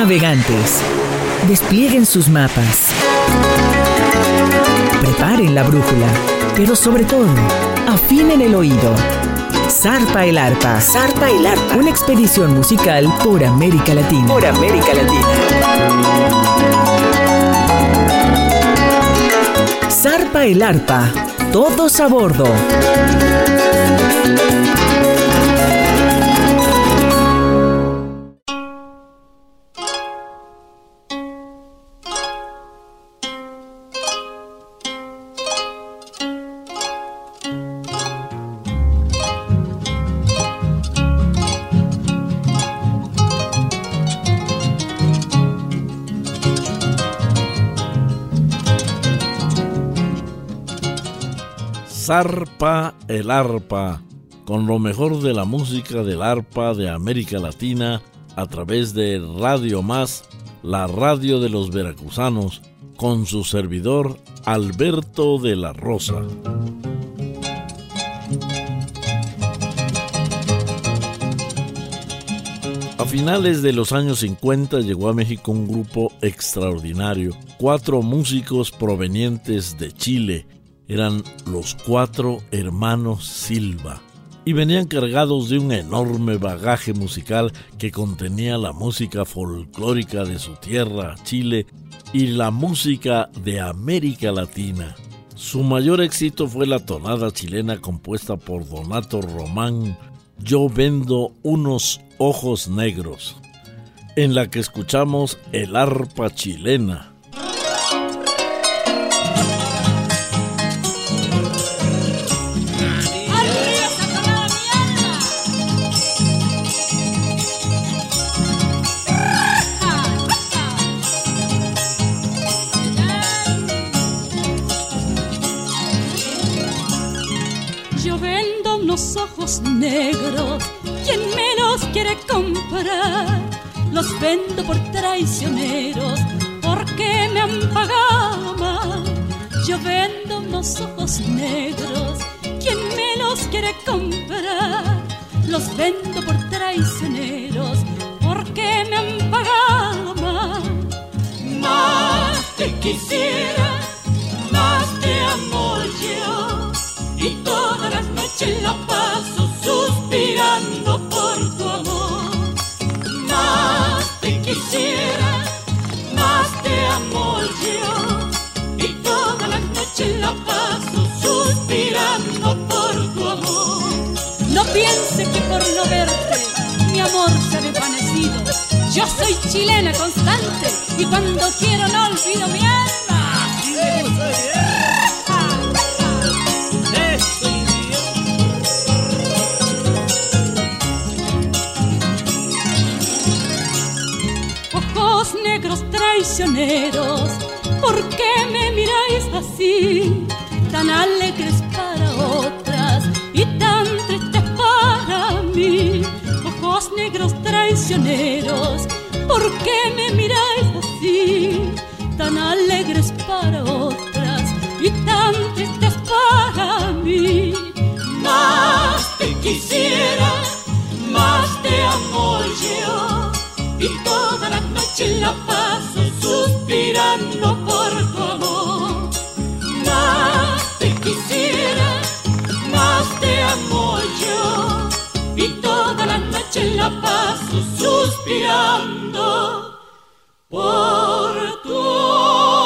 navegantes, desplieguen sus mapas, preparen la brújula, pero sobre todo, afinen el oído. Zarpa el Arpa. Zarpa el Arpa. Una expedición musical por América Latina. Por América Latina. Zarpa el Arpa. Todos a bordo. Zarpa el Arpa, con lo mejor de la música del arpa de América Latina a través de Radio Más, la radio de los veracruzanos, con su servidor Alberto de la Rosa. A finales de los años 50 llegó a México un grupo extraordinario, 4 músicos provenientes de Chile. Eran los 4 hermanos Silva y venían cargados de un enorme bagaje musical que contenía la música folclórica de su tierra, Chile, y la música de América Latina. Su mayor éxito fue la tonada chilena compuesta por Donato Román, Yo vendo unos ojos negros, en la que escuchamos el arpa chilena. Negros, ¿quién me los quiere comprar? Los vendo por traicioneros, porque me han pagado mal. Yo vendo unos ojos negros, ¿quién me los quiere comprar? Los vendo por traicioneros, porque me han pagado mal. Más te quisiera, más te amo yo, y todas las noches la paso suspirando por tu amor. Más te quisiera, más te amo yo, y todas las noches la paso suspirando por tu amor. No piense que por no verte mi amor se ha desvanecido. Yo soy chilena constante y cuando quiero no olvido mi alma. Así me gusta bien. Negros traicioneros, ¿por qué me miráis así? Tan alegres para otras y tan tristes para mí. Ojos negros traicioneros, ¿por qué me miráis así? Tan alegres para otras y tan tristes para mí. Más te quisiera, más te amo yo, y toda la noche la paso suspirando por tu amor. Más te quisiera, más te amo yo, y toda la noche la paso suspirando por tu amor.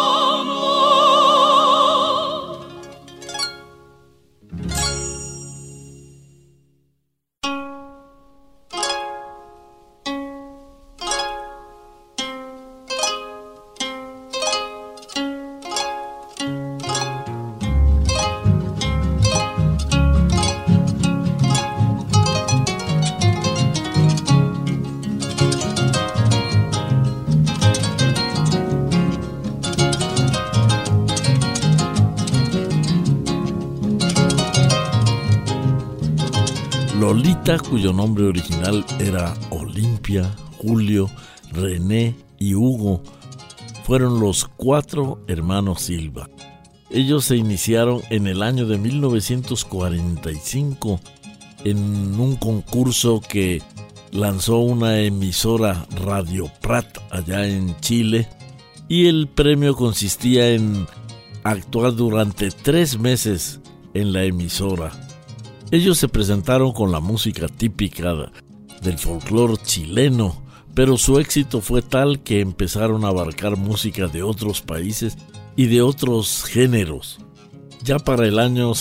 Lolita, cuyo nombre original era Olimpia, Julio, René y Hugo, fueron los 4 hermanos Silva. Ellos se iniciaron en el año de 1945 en un concurso que lanzó una emisora Radio Prat allá en Chile y el premio consistía en actuar durante 3 meses en la emisora. Ellos se presentaron con la música típica del folclore chileno, pero su éxito fue tal que empezaron a abarcar música de otros países y de otros géneros. Ya para el año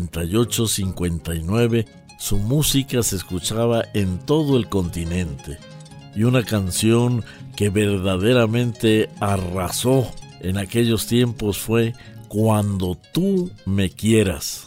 58-59, su música se escuchaba en todo el continente, y una canción que verdaderamente arrasó en aquellos tiempos fue Cuando tú me quieras.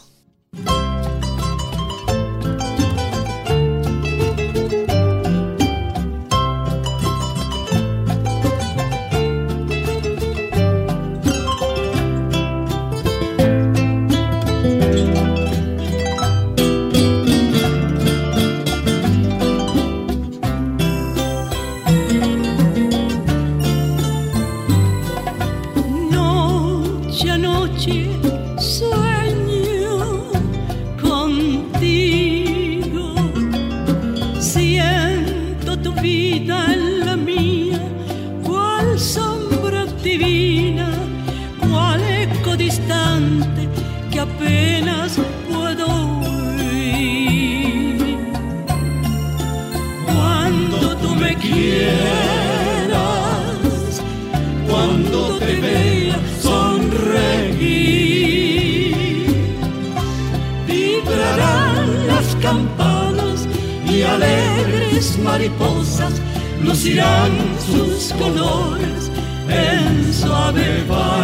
Mariposas lucirán sus colores en suave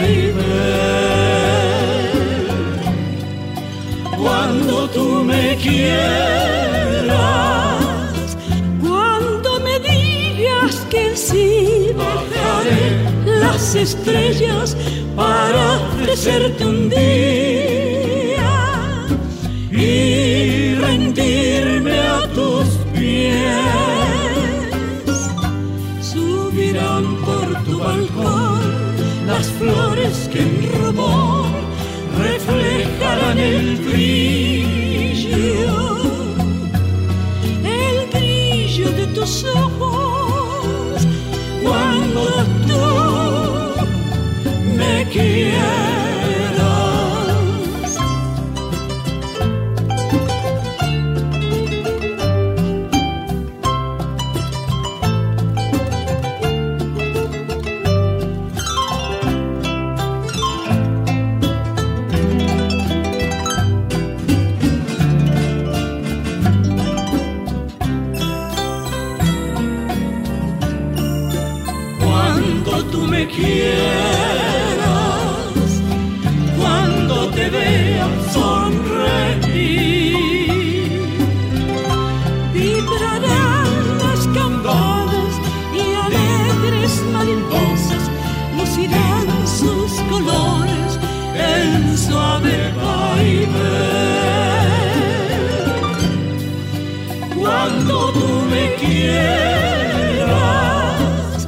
vaivén. Cuando tú me quieras, cuando me digas que sí, bajaré las estrellas para ofrecerte un día y rendirme a tus pies. Subirán por tu balcón las flores que en rumor reflejarán el brillo de tus ojos cuando tú me quieras. Quieras, cuando te vea sonreír, vibrarán las campanas y alegres mariposas lucirán sus colores en suave vaivén. Cuando tú me quieras,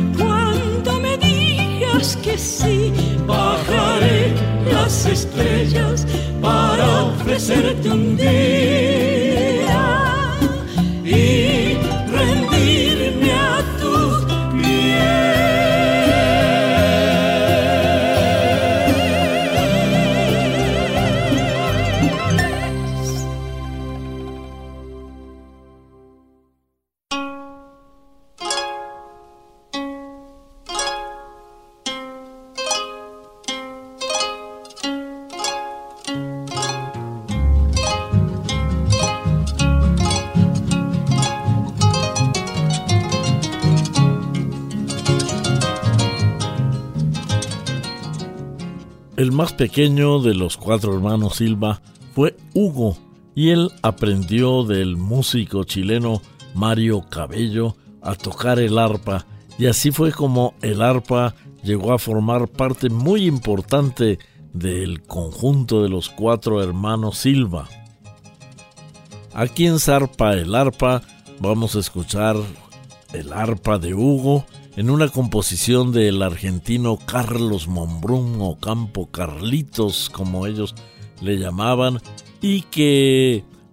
que sí, bajaré las estrellas para ofrecerte un día y rendirme a tus pies. El más pequeño de los 4 hermanos Silva fue Hugo, y él aprendió del músico chileno Mario Cabello a tocar el arpa, y así fue como el arpa llegó a formar parte muy importante del conjunto de los 4 hermanos Silva. Aquí en Zarpa el Arpa vamos a escuchar el arpa de Hugo en una composición del argentino Carlos Monbrún o Campo Carlitos, como ellos le llamaban, y que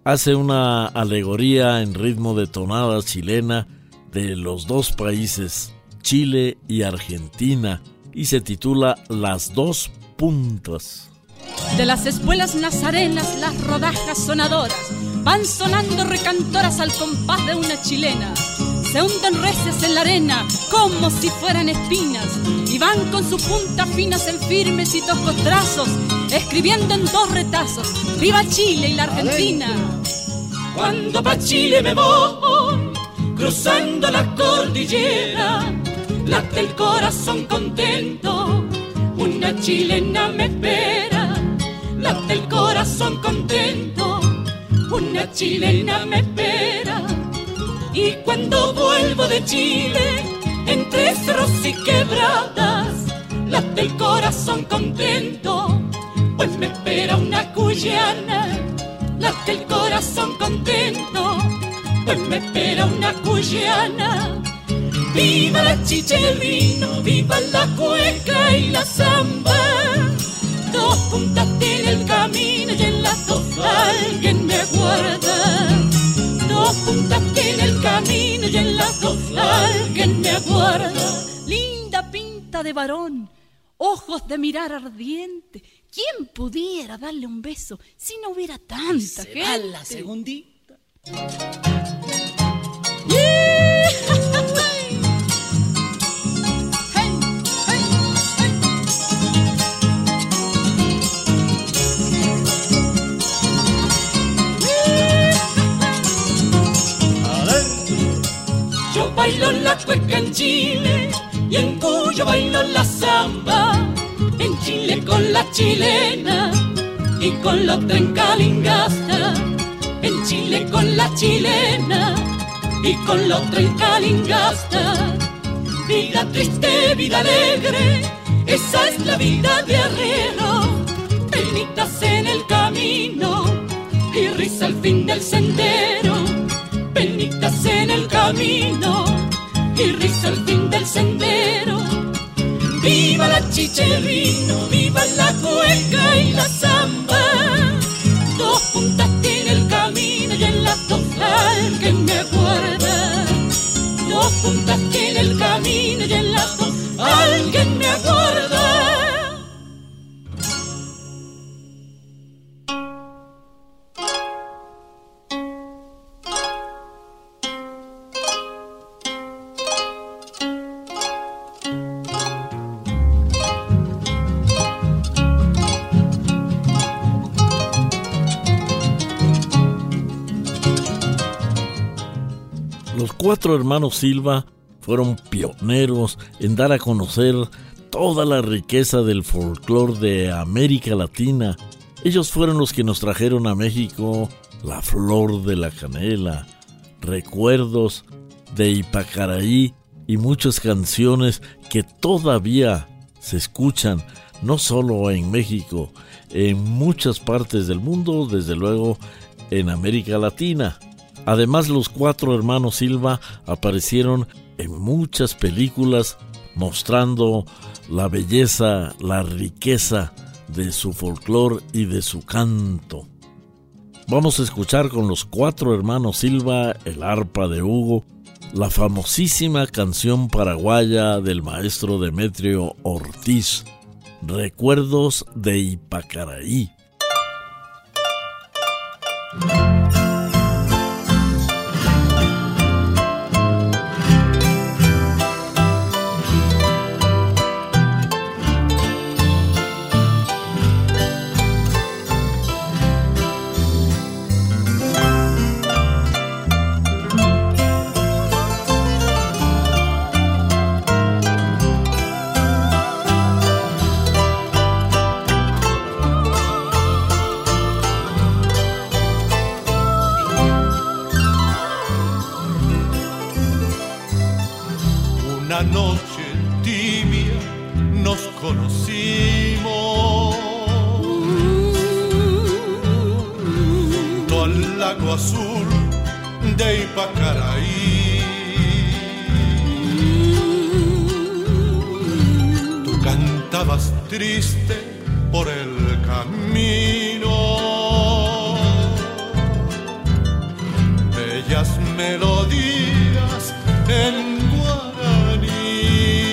hace una alegoría en ritmo de tonada chilena de los dos países, Chile y Argentina, y se titula Las dos puntas. De las espuelas nazarenas las rodajas sonadoras van sonando recantoras al compás de una chilena. Se hunden recias en la arena como si fueran espinas y van con sus puntas finas en firmes y toscos trazos, escribiendo en dos retazos: ¡Viva Chile y la Argentina! Cuando pa' Chile me voy, cruzando la cordillera, late el corazón contento, una chilena me espera. Late el corazón contento, una chilena me espera. Y cuando vuelvo de Chile, entre cerros y quebradas, late el corazón contento, pues me espera una cuyana. Late el corazón contento, pues me espera una cuyana. Viva la chicha y el vino, viva la cueca y la zamba. Dos puntas tiene el camino y en las dos alguien me aguarda. Dos puntas tiene el camino y en las dos alguien me aguarda. Linda pinta de varón, ojos de mirar ardiente. ¿Quién pudiera darle un beso si no hubiera tanta gente? Va la segundita. Yo bailo la cueca en Chile y en Cuyo bailo la zamba. En Chile con la chilena y con la otra en Calingasta. En Chile con la chilena y con la otra en Calingasta. Vida triste, vida alegre, esa es la vida de arriero. Penitas en el camino y risa al fin del sendero. Penitas en el camino y risa al fin del sendero. Viva la chicha y el vino, viva la cueca y la zamba. Dos puntas tiene el camino y en las dos alguien me aguarda. Dos puntas tiene el camino y en las dos alguien me aguarda. Los cuatro hermanos Silva fueron pioneros en dar a conocer toda la riqueza del folclore de América Latina. Ellos fueron los que nos trajeron a México la flor de la canela, recuerdos de Ipacaraí y muchas canciones que todavía se escuchan, no solo en México, en muchas partes del mundo, desde luego en América Latina. Además, los cuatro hermanos Silva aparecieron en muchas películas mostrando la belleza, la riqueza de su folclore y de su canto. Vamos a escuchar con los cuatro hermanos Silva, el arpa de Hugo, la famosísima canción paraguaya del maestro Demetrio Ortiz, Recuerdos de Ipacaraí. Una noche tibia nos conocimos junto al lago azul de Ipacaraí. Tú cantabas triste por el camino melodías en guaraní.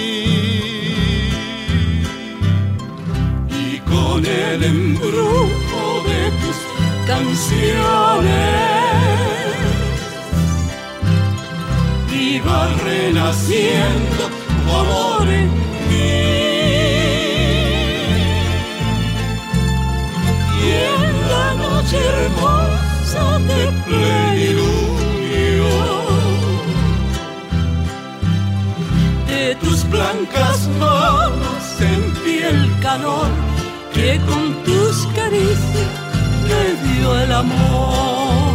Y con el embrujo de tus canciones iba renaciendo tu amor en mí. Y en la noche hermosa de plenilunio de tus blancas manos sentí el calor que con tus caricias me dio el amor.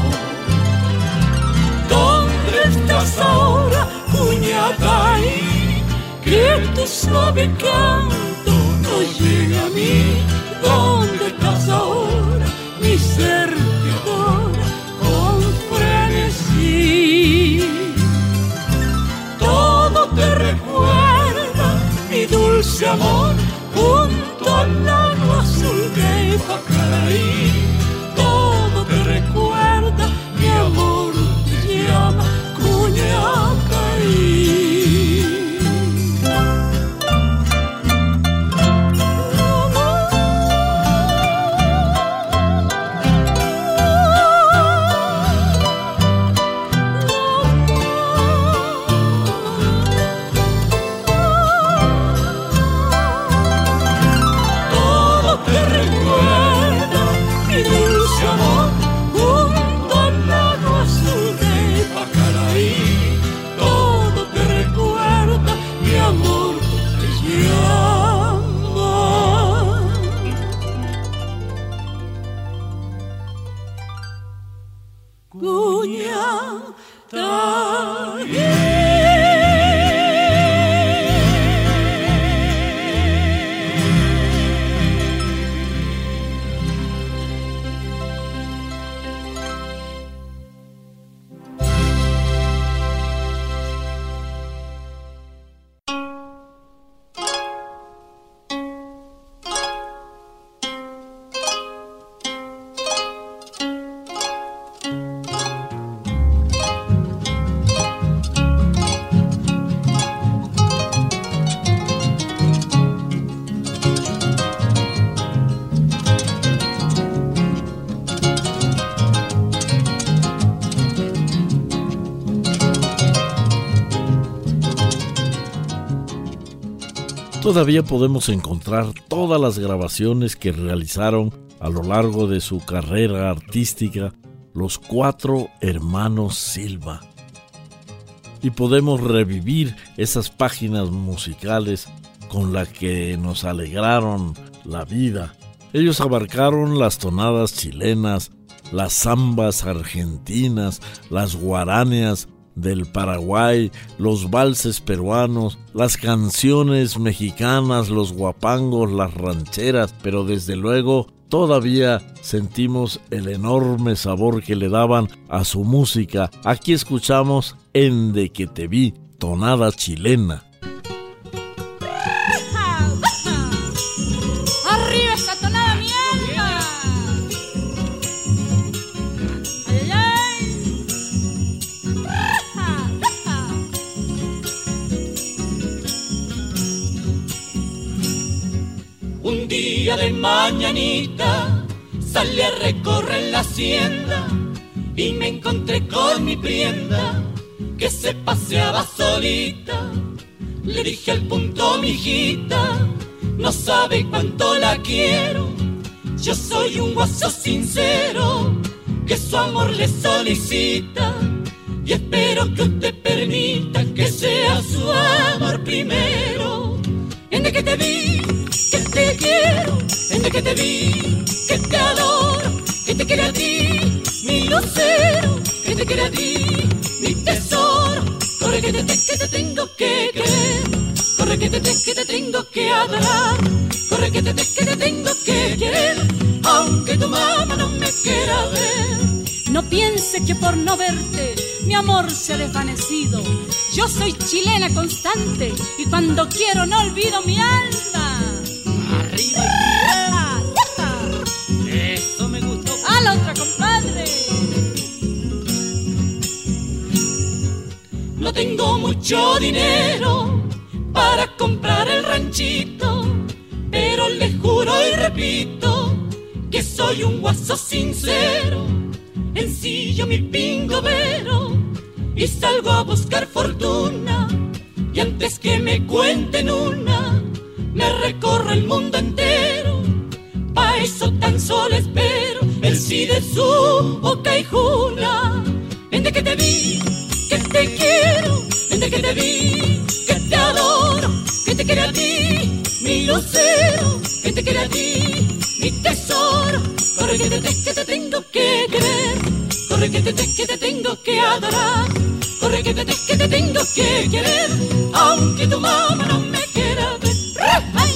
¿Dónde estás ahora, Juñatay? Que tu suave canto no llega a mí. ¿Dónde estás ahora? Mi ser te adora con frenesí. Todo te recuerda, mi dulce amor, junto al lago azul de Pacaraí. Todo te recuerda, mi amor te llama Juñatay. Todavía podemos encontrar todas las grabaciones que realizaron a lo largo de su carrera artística los cuatro hermanos Silva. Y podemos revivir esas páginas musicales con las que nos alegraron la vida. Ellos abarcaron las tonadas chilenas, las zambas argentinas, las guaranías del Paraguay, los valses peruanos, las canciones mexicanas, los guapangos, las rancheras, pero desde luego todavía sentimos el enorme sabor que le daban a su música. Aquí escuchamos Ende que te vi, tonada chilena. ¡Arriba esa tonada, mi alma! ¡Ay, ay! Un día de mañanita salí a recorrer la hacienda y me encontré con mi prienda que se paseaba solita. Le dije al punto, mijita, no sabe cuánto la quiero. Yo soy un guaso sincero que su amor le solicita y espero que usted permita que sea su amor primero. Ende que te vi, que te quiero, ende que te vi, que te adoro, que te quiere a ti, mi lucero, que te quiere a ti, mi tesoro. Corre que te tengo que querer, corre que te tengo que adorar, corre que te tengo que querer, aunque tu mamá no me quiera ver. No piense que por no verte mi amor se ha desvanecido. Yo soy chilena constante y cuando quiero no olvido mi alma. Arriba y eso me gustó. A la otra, compadre. tengo mucho dinero para comprar el ranchito, pero le juro y repito que soy un guaso sincero. Ensillo mi pingobero y salgo a buscar fortuna, y antes que me cuenten una, me recorro el mundo entero. Pa' eso tan solo espero el sí de su boca y juna. Desde que te vi, que te quiero, desde que te vi, que te adoro, que te quiere a ti, mi lucero, que te quiere a ti, mi tesoro. Corre que te tengo que querer, corre que te tengo que adorar, corre que te tengo que querer, aunque tu mamá no me quiera ver. ¡Ay!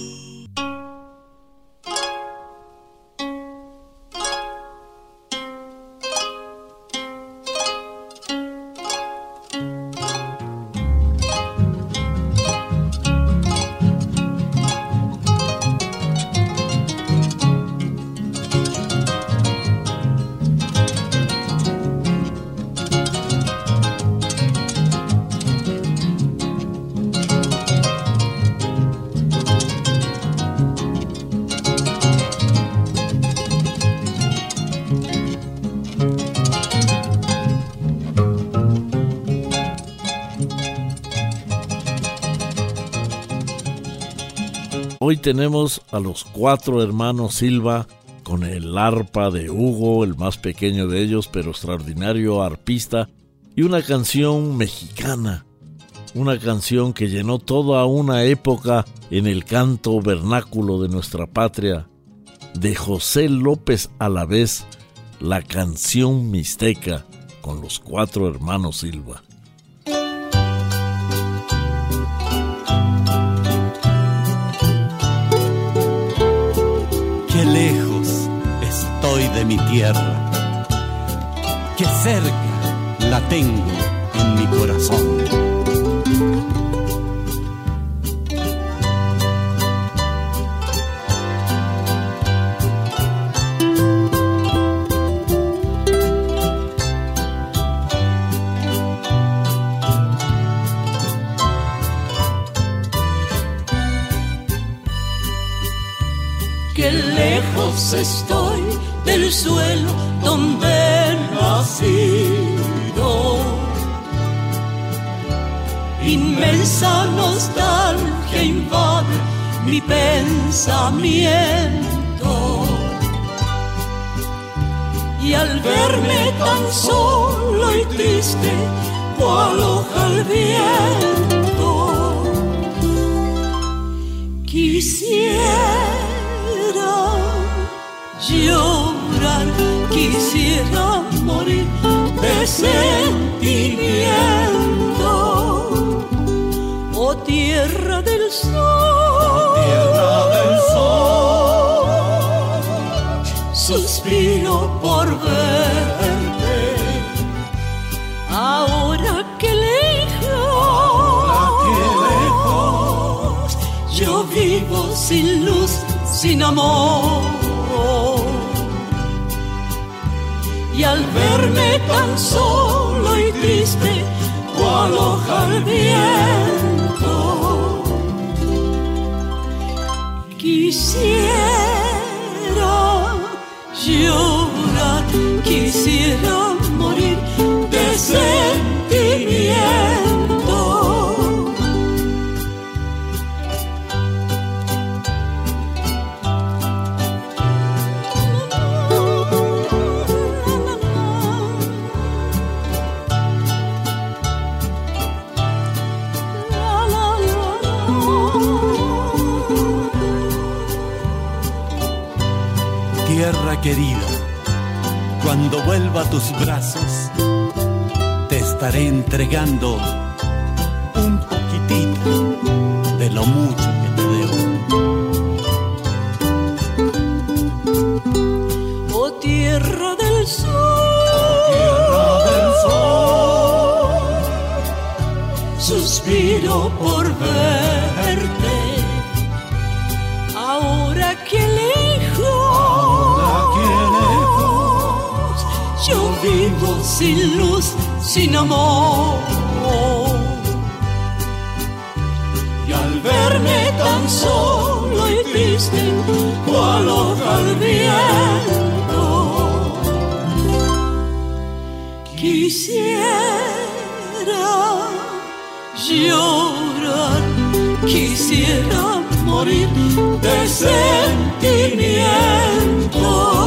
Hoy tenemos a los 4 hermanos Silva con el arpa de Hugo, el más pequeño de ellos, pero extraordinario arpista, y una canción mexicana, una canción que llenó toda una época en el canto vernáculo de nuestra patria, de José López Alavés, la canción mixteca con los 4 hermanos Silva. Qué lejos estoy de mi tierra, qué cerca la tengo en mi corazón. Qué lejos estoy del suelo donde he nacido. Inmensa nostalgia invade mi pensamiento, y al verme tan solo y triste, cual hoja al viento, quisiera llorar, quisiera morir de sentimiento. Oh tierra del sol, tierra del sol, suspiro por verte. Ahora que lejos, yo vivo sin luz, sin amor. Y al verme tan solo y triste, cual hoja al viento, quisiera llorar, quisiera morir de sentimiento. Tierra querida, cuando vuelva a tus brazos, te estaré entregando un poquitito de lo mucho que te debo. Oh tierra del sol, Tierra del sol, suspiro por verte. Ahora que lejos, yo vivo sin luz, sin amor. Y al verme tan solo y triste, cual hoja al viento, quisiera llorar, quisiera morir de sentimiento.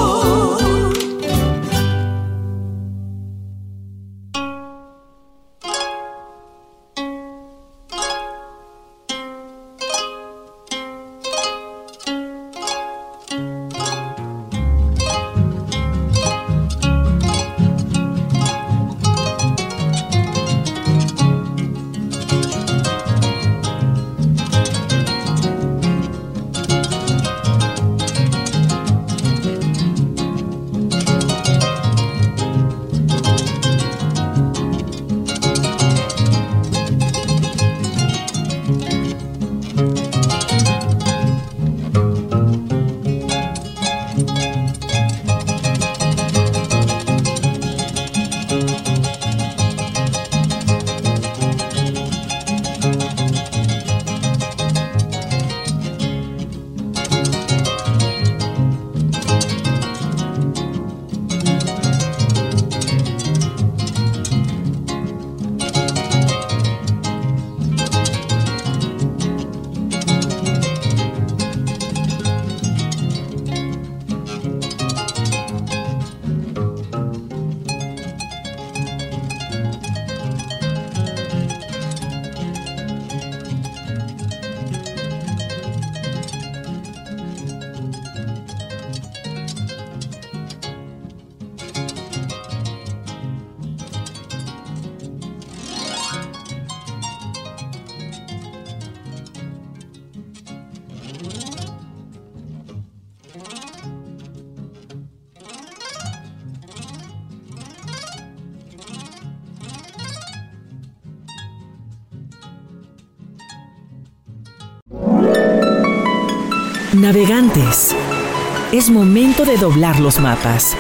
Navegantes, es momento de doblar los mapas,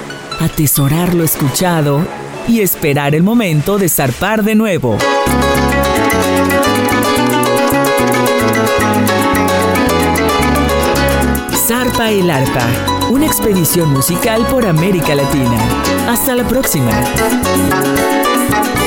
atesorar lo escuchado y esperar el momento de zarpar de nuevo. Zarpa el Arpa, una expedición musical por América Latina. Hasta la próxima.